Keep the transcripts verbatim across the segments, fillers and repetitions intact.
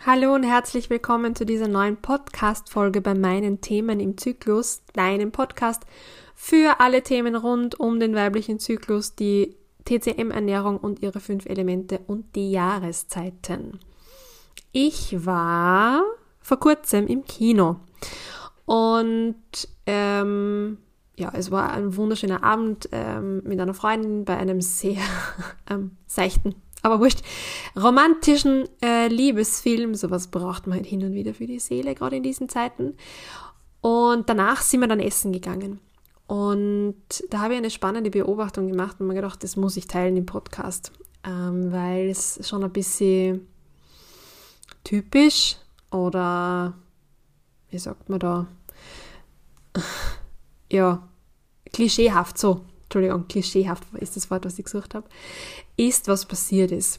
Hallo und herzlich willkommen zu dieser neuen Podcast-Folge bei meinen Themen im Zyklus, deinem Podcast für alle Themen rund um den weiblichen Zyklus, die T C M-Ernährung und ihre fünf Elemente und die Jahreszeiten. Ich war vor kurzem im Kino und ähm, ja, es war ein wunderschöner Abend ähm, mit einer Freundin bei einem sehr ähm, seichten, aber wurscht, romantischen äh, Liebesfilm. Sowas braucht man halt hin und wieder für die Seele, gerade in diesen Zeiten. Und danach sind wir dann essen gegangen. Und da habe ich eine spannende Beobachtung gemacht und mir gedacht, das muss ich teilen im Podcast, ähm, weil es schon ein bisschen typisch oder, wie sagt man da, ja, klischeehaft, so, Entschuldigung, klischeehaft ist das Wort, was ich gesucht habe, ist, was passiert ist.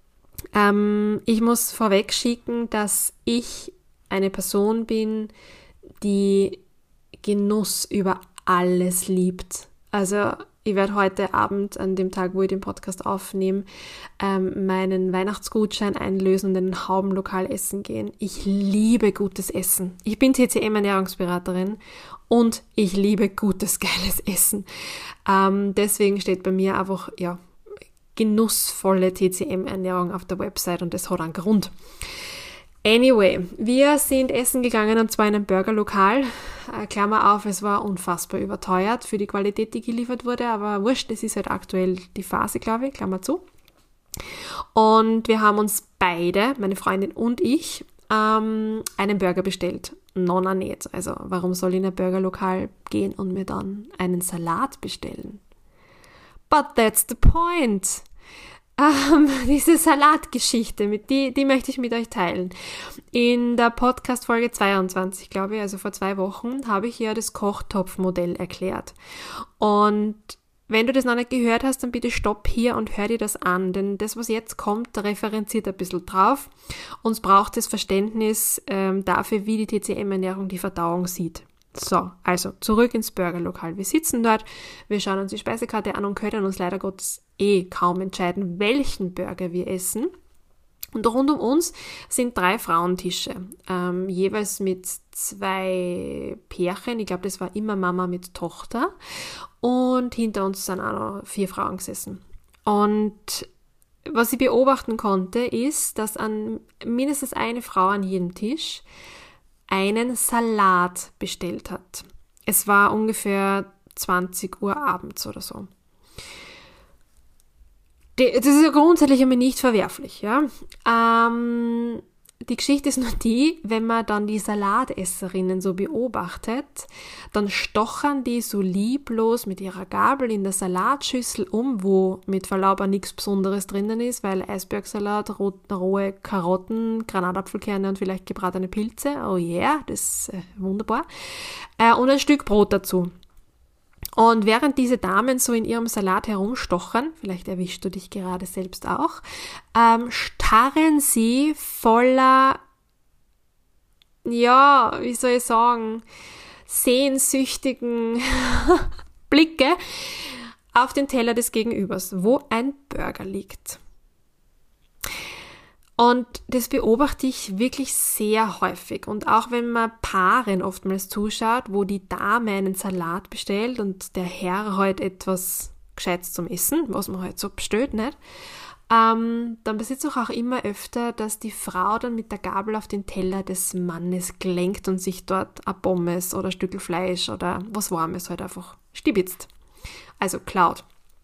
Ähm, ich muss vorweg schicken, dass ich eine Person bin, die Genuss über alles liebt. Also ich werde heute Abend, an dem Tag, wo ich den Podcast aufnehme, ähm, meinen Weihnachtsgutschein einlösen und in ein Haubenlokal essen gehen. Ich liebe gutes Essen. Ich bin T C M-Ernährungsberaterin und ich liebe gutes, geiles Essen. Ähm, deswegen steht bei mir einfach, ja, genussvolle T C M-Ernährung auf der Website und das hat einen Grund. Anyway, wir sind essen gegangen und zwar in einem Burgerlokal. Äh, Klammer auf, es war unfassbar überteuert für die Qualität, die geliefert wurde, aber wurscht, das ist halt aktuell die Phase, glaube ich, Klammer zu. Und wir haben uns beide, meine Freundin und ich, ähm, einen Burger bestellt. Nonna nicht. Also warum soll ich in ein Burgerlokal gehen und mir dann einen Salat bestellen? But that's the point. Ähm, diese Salatgeschichte, mit die, die möchte ich mit euch teilen. In der Podcast-Folge zweiundzwanzig, glaube ich, also vor zwei Wochen, habe ich ja das Kochtopfmodell erklärt. Und wenn du das noch nicht gehört hast, dann bitte stopp hier und hör dir das an, denn das, was jetzt kommt, da referenziert ein bisschen drauf. Uns braucht das Verständnis ähm, dafür, wie die T C M-Ernährung die Verdauung sieht. So, also zurück ins Burgerlokal. Wir sitzen dort, wir schauen uns die Speisekarte an und können uns leider Gottes eh kaum entscheiden, welchen Burger wir essen. Und rund um uns sind drei Frauentische, ähm, jeweils mit zwei Pärchen. Ich glaube, das war immer Mama mit Tochter. Und hinter uns sind auch noch vier Frauen gesessen. Und was ich beobachten konnte, ist, dass an mindestens eine Frau an jedem Tisch einen Salat bestellt hat. Es war ungefähr zwanzig Uhr abends oder so. Das ist ja grundsätzlich einmal nicht verwerflich, ja. Ähm, die Geschichte ist nur die, wenn man dann die Salatesserinnen so beobachtet, dann stochern die so lieblos mit ihrer Gabel in der Salatschüssel um, wo mit Verlaub auch nichts Besonderes drinnen ist, weil Eisbergsalat, rohe Karotten, Granatapfelkerne und vielleicht gebratene Pilze, oh yeah, das ist äh, wunderbar, äh, und ein Stück Brot dazu. Und während diese Damen so in ihrem Salat herumstochern, vielleicht erwischst du dich gerade selbst auch, ähm, starren sie voller, ja, wie soll ich sagen, sehnsüchtigen Blicke auf den Teller des Gegenübers, wo ein Burger liegt. Und das beobachte ich wirklich sehr häufig. Und auch wenn man Paaren oftmals zuschaut, wo die Dame einen Salat bestellt und der Herr halt etwas Gescheites zum Essen, was man halt so bestellt, nicht? Ähm, dann passiert es auch immer öfter, dass die Frau dann mit der Gabel auf den Teller des Mannes gelenkt und sich dort ein Pommes oder ein Stückel Fleisch oder was Warmes halt einfach stibitzt. Also klaut.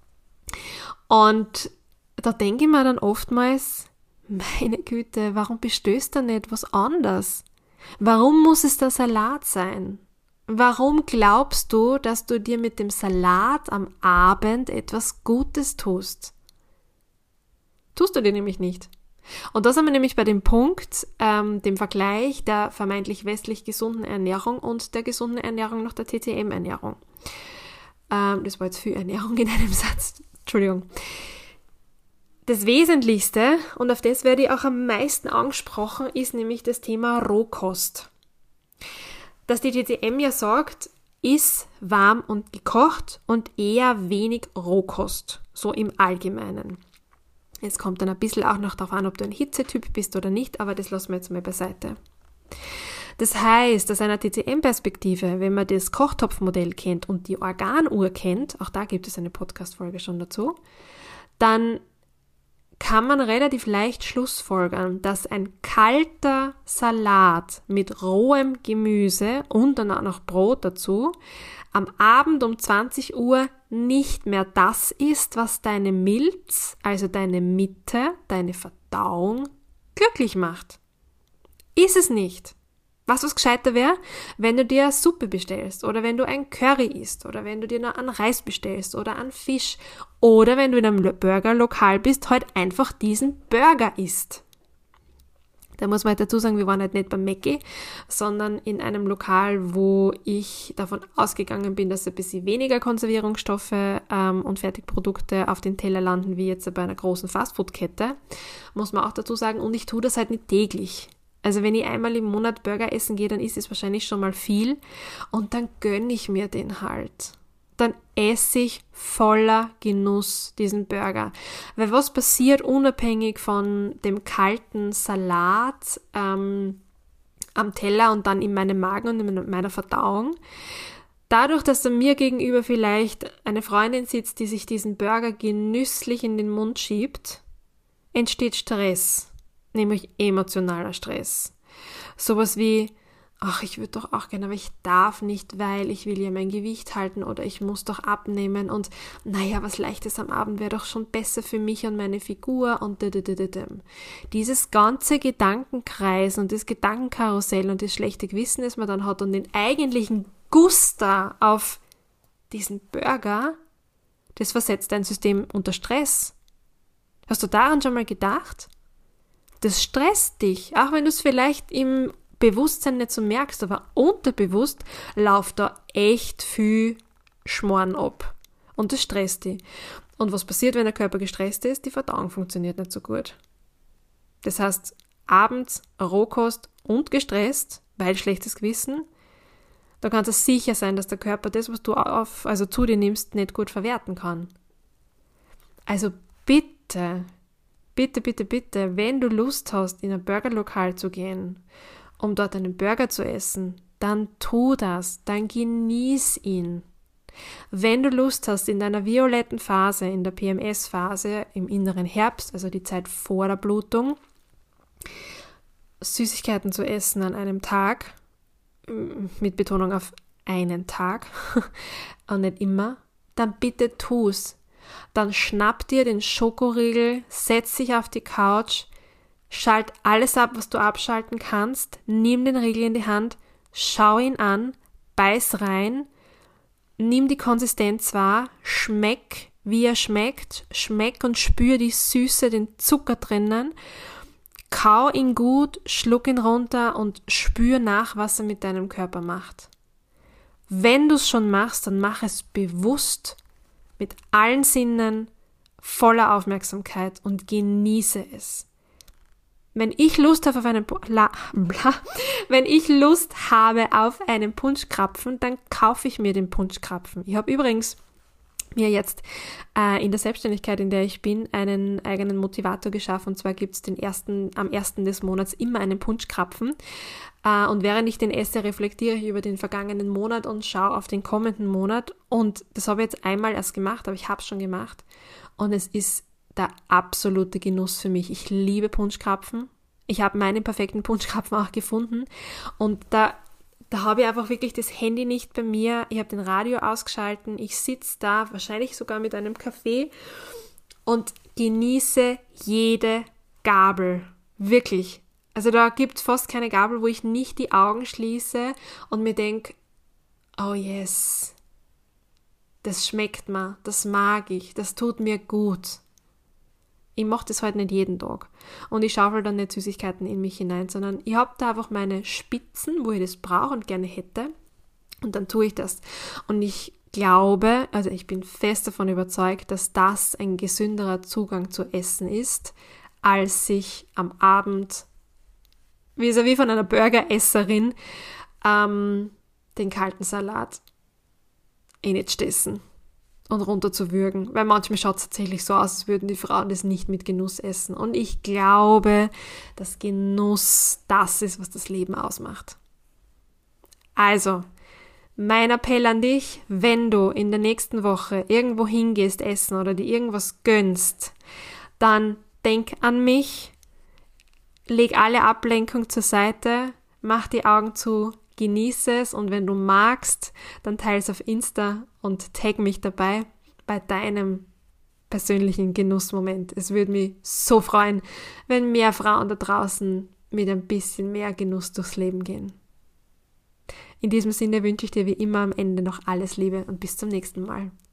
Und da denke ich mir dann oftmals, meine Güte, warum bestellst du nicht was anderes? Warum muss es der Salat sein? Warum glaubst du, dass du dir mit dem Salat am Abend etwas Gutes tust? Tust du dir nämlich nicht. Und da sind wir nämlich bei dem Punkt, ähm, dem Vergleich der vermeintlich westlich gesunden Ernährung und der gesunden Ernährung nach der T C M-Ernährung. Ähm, das war jetzt viel Ernährung in einem Satz. Entschuldigung. Das Wesentlichste, und auf das werde ich auch am meisten angesprochen, ist nämlich das Thema Rohkost. Dass die T C M ja sagt, iss warm und gekocht und eher wenig Rohkost, so im Allgemeinen. Es kommt dann ein bisschen auch noch darauf an, ob du ein Hitzetyp bist oder nicht, aber das lassen wir jetzt mal beiseite. Das heißt, aus einer T C M-Perspektive, wenn man das Kochtopfmodell kennt und die Organuhr kennt, auch da gibt es eine Podcast-Folge schon dazu, dann kann man relativ leicht schlussfolgern, dass ein kalter Salat mit rohem Gemüse und dann auch noch Brot dazu am Abend um zwanzig Uhr nicht mehr das ist, was deine Milz, also deine Mitte, deine Verdauung glücklich macht. Ist es nicht. Was was gescheiter wäre, wenn du dir Suppe bestellst oder wenn du ein Curry isst oder wenn du dir noch einen Reis bestellst oder einen Fisch oder wenn du in einem Burgerlokal bist, halt einfach diesen Burger isst. Da muss man halt dazu sagen, wir waren halt nicht beim Mäcki, sondern in einem Lokal, wo ich davon ausgegangen bin, dass ein bisschen weniger Konservierungsstoffe ähm, und Fertigprodukte auf den Teller landen, wie jetzt bei einer großen Fastfood-Kette, muss man auch dazu sagen, und ich tue das halt nicht täglich. Also wenn ich einmal im Monat Burger essen gehe, dann ist es wahrscheinlich schon mal viel und dann gönne ich mir den halt. Dann esse ich voller Genuss diesen Burger. Weil was passiert unabhängig von dem kalten Salat ähm, am Teller und dann in meinem Magen und in meiner Verdauung? Dadurch, dass da mir gegenüber vielleicht eine Freundin sitzt, die sich diesen Burger genüsslich in den Mund schiebt, entsteht Stress. Nämlich emotionaler Stress. Sowas wie, ach, ich würde doch auch gerne, aber ich darf nicht, weil ich will ja mein Gewicht halten oder ich muss doch abnehmen und naja, was Leichtes am Abend wäre doch schon besser für mich und meine Figur und dadadadadam. Dieses ganze Gedankenkreis und das Gedankenkarussell und das schlechte Gewissen, das man dann hat und den eigentlichen Guster auf diesen Burger, das versetzt dein System unter Stress. Hast du daran schon mal gedacht? Das stresst dich, auch wenn du es vielleicht im Bewusstsein nicht so merkst, aber unterbewusst läuft da echt viel Schmarrn ab. Und das stresst dich. Und was passiert, wenn der Körper gestresst ist? Die Verdauung funktioniert nicht so gut. Das heißt, abends Rohkost und gestresst, weil schlechtes Gewissen, da kannst du sicher sein, dass der Körper das, was du auf, also zu dir nimmst, nicht gut verwerten kann. Also bitte, Bitte, bitte, bitte, wenn du Lust hast, in ein Burgerlokal zu gehen, um dort einen Burger zu essen, dann tu das, dann genieß ihn. Wenn du Lust hast, in deiner violetten Phase, in der P M S-Phase, im inneren Herbst, also die Zeit vor der Blutung, Süßigkeiten zu essen an einem Tag, mit Betonung auf einen Tag und nicht immer, dann bitte tu's. Dann schnapp dir den Schokoriegel, setz dich auf die Couch, schalt alles ab, was du abschalten kannst, nimm den Riegel in die Hand, schau ihn an, beiß rein, nimm die Konsistenz wahr, schmeck, wie er schmeckt, schmeck und spür die Süße, den Zucker drinnen, kau ihn gut, schluck ihn runter und spür nach, was er mit deinem Körper macht. Wenn du es schon machst, dann mach es bewusst, mit allen Sinnen, voller Aufmerksamkeit und genieße es. Wenn ich Lust habe auf einen bla, bla, wenn ich Lust habe auf einen Punschkrapfen, dann kaufe ich mir den Punschkrapfen. Ich habe übrigens mir jetzt äh, in der Selbstständigkeit, in der ich bin, einen eigenen Motivator geschaffen. Und zwar gibt es den ersten, am ersten des Monats immer einen Punschkrapfen. Uh, und während ich den esse, reflektiere ich über den vergangenen Monat und schaue auf den kommenden Monat. Und das habe ich jetzt einmal erst gemacht, aber ich habe es schon gemacht. Und es ist der absolute Genuss für mich. Ich liebe Punschkrapfen. Ich habe meinen perfekten Punschkrapfen auch gefunden. Und da, da habe ich einfach wirklich das Handy nicht bei mir. Ich habe den Radio ausgeschalten. Ich sitze da, wahrscheinlich sogar mit einem Kaffee und genieße jede Gabel. Wirklich. Also da gibt es fast keine Gabel, wo ich nicht die Augen schließe und mir denke, oh yes, das schmeckt mir, das mag ich, das tut mir gut. Ich mache das halt nicht jeden Tag. Und ich schaufel dann nicht Süßigkeiten in mich hinein, sondern ich habe da einfach meine Spitzen, wo ich das brauche und gerne hätte. Und dann tue ich das. Und ich glaube, also ich bin fest davon überzeugt, dass das ein gesünderer Zugang zu Essen ist, als sich am Abend vis-à-vis von einer Burgeresserin ähm, den kalten Salat eh nicht stessen und runterzuwürgen, weil manchmal schaut es tatsächlich so aus, als würden die Frauen das nicht mit Genuss essen. Und ich glaube, dass Genuss das ist, was das Leben ausmacht. Also, mein Appell an dich, wenn du in der nächsten Woche irgendwo hingehst essen oder dir irgendwas gönnst, dann denk an mich, leg alle Ablenkung zur Seite, mach die Augen zu, genieße es und wenn du magst, dann teile es auf Insta und tag mich dabei bei deinem persönlichen Genussmoment. Es würde mich so freuen, wenn mehr Frauen da draußen mit ein bisschen mehr Genuss durchs Leben gehen. In diesem Sinne wünsche ich dir wie immer am Ende noch alles Liebe und bis zum nächsten Mal.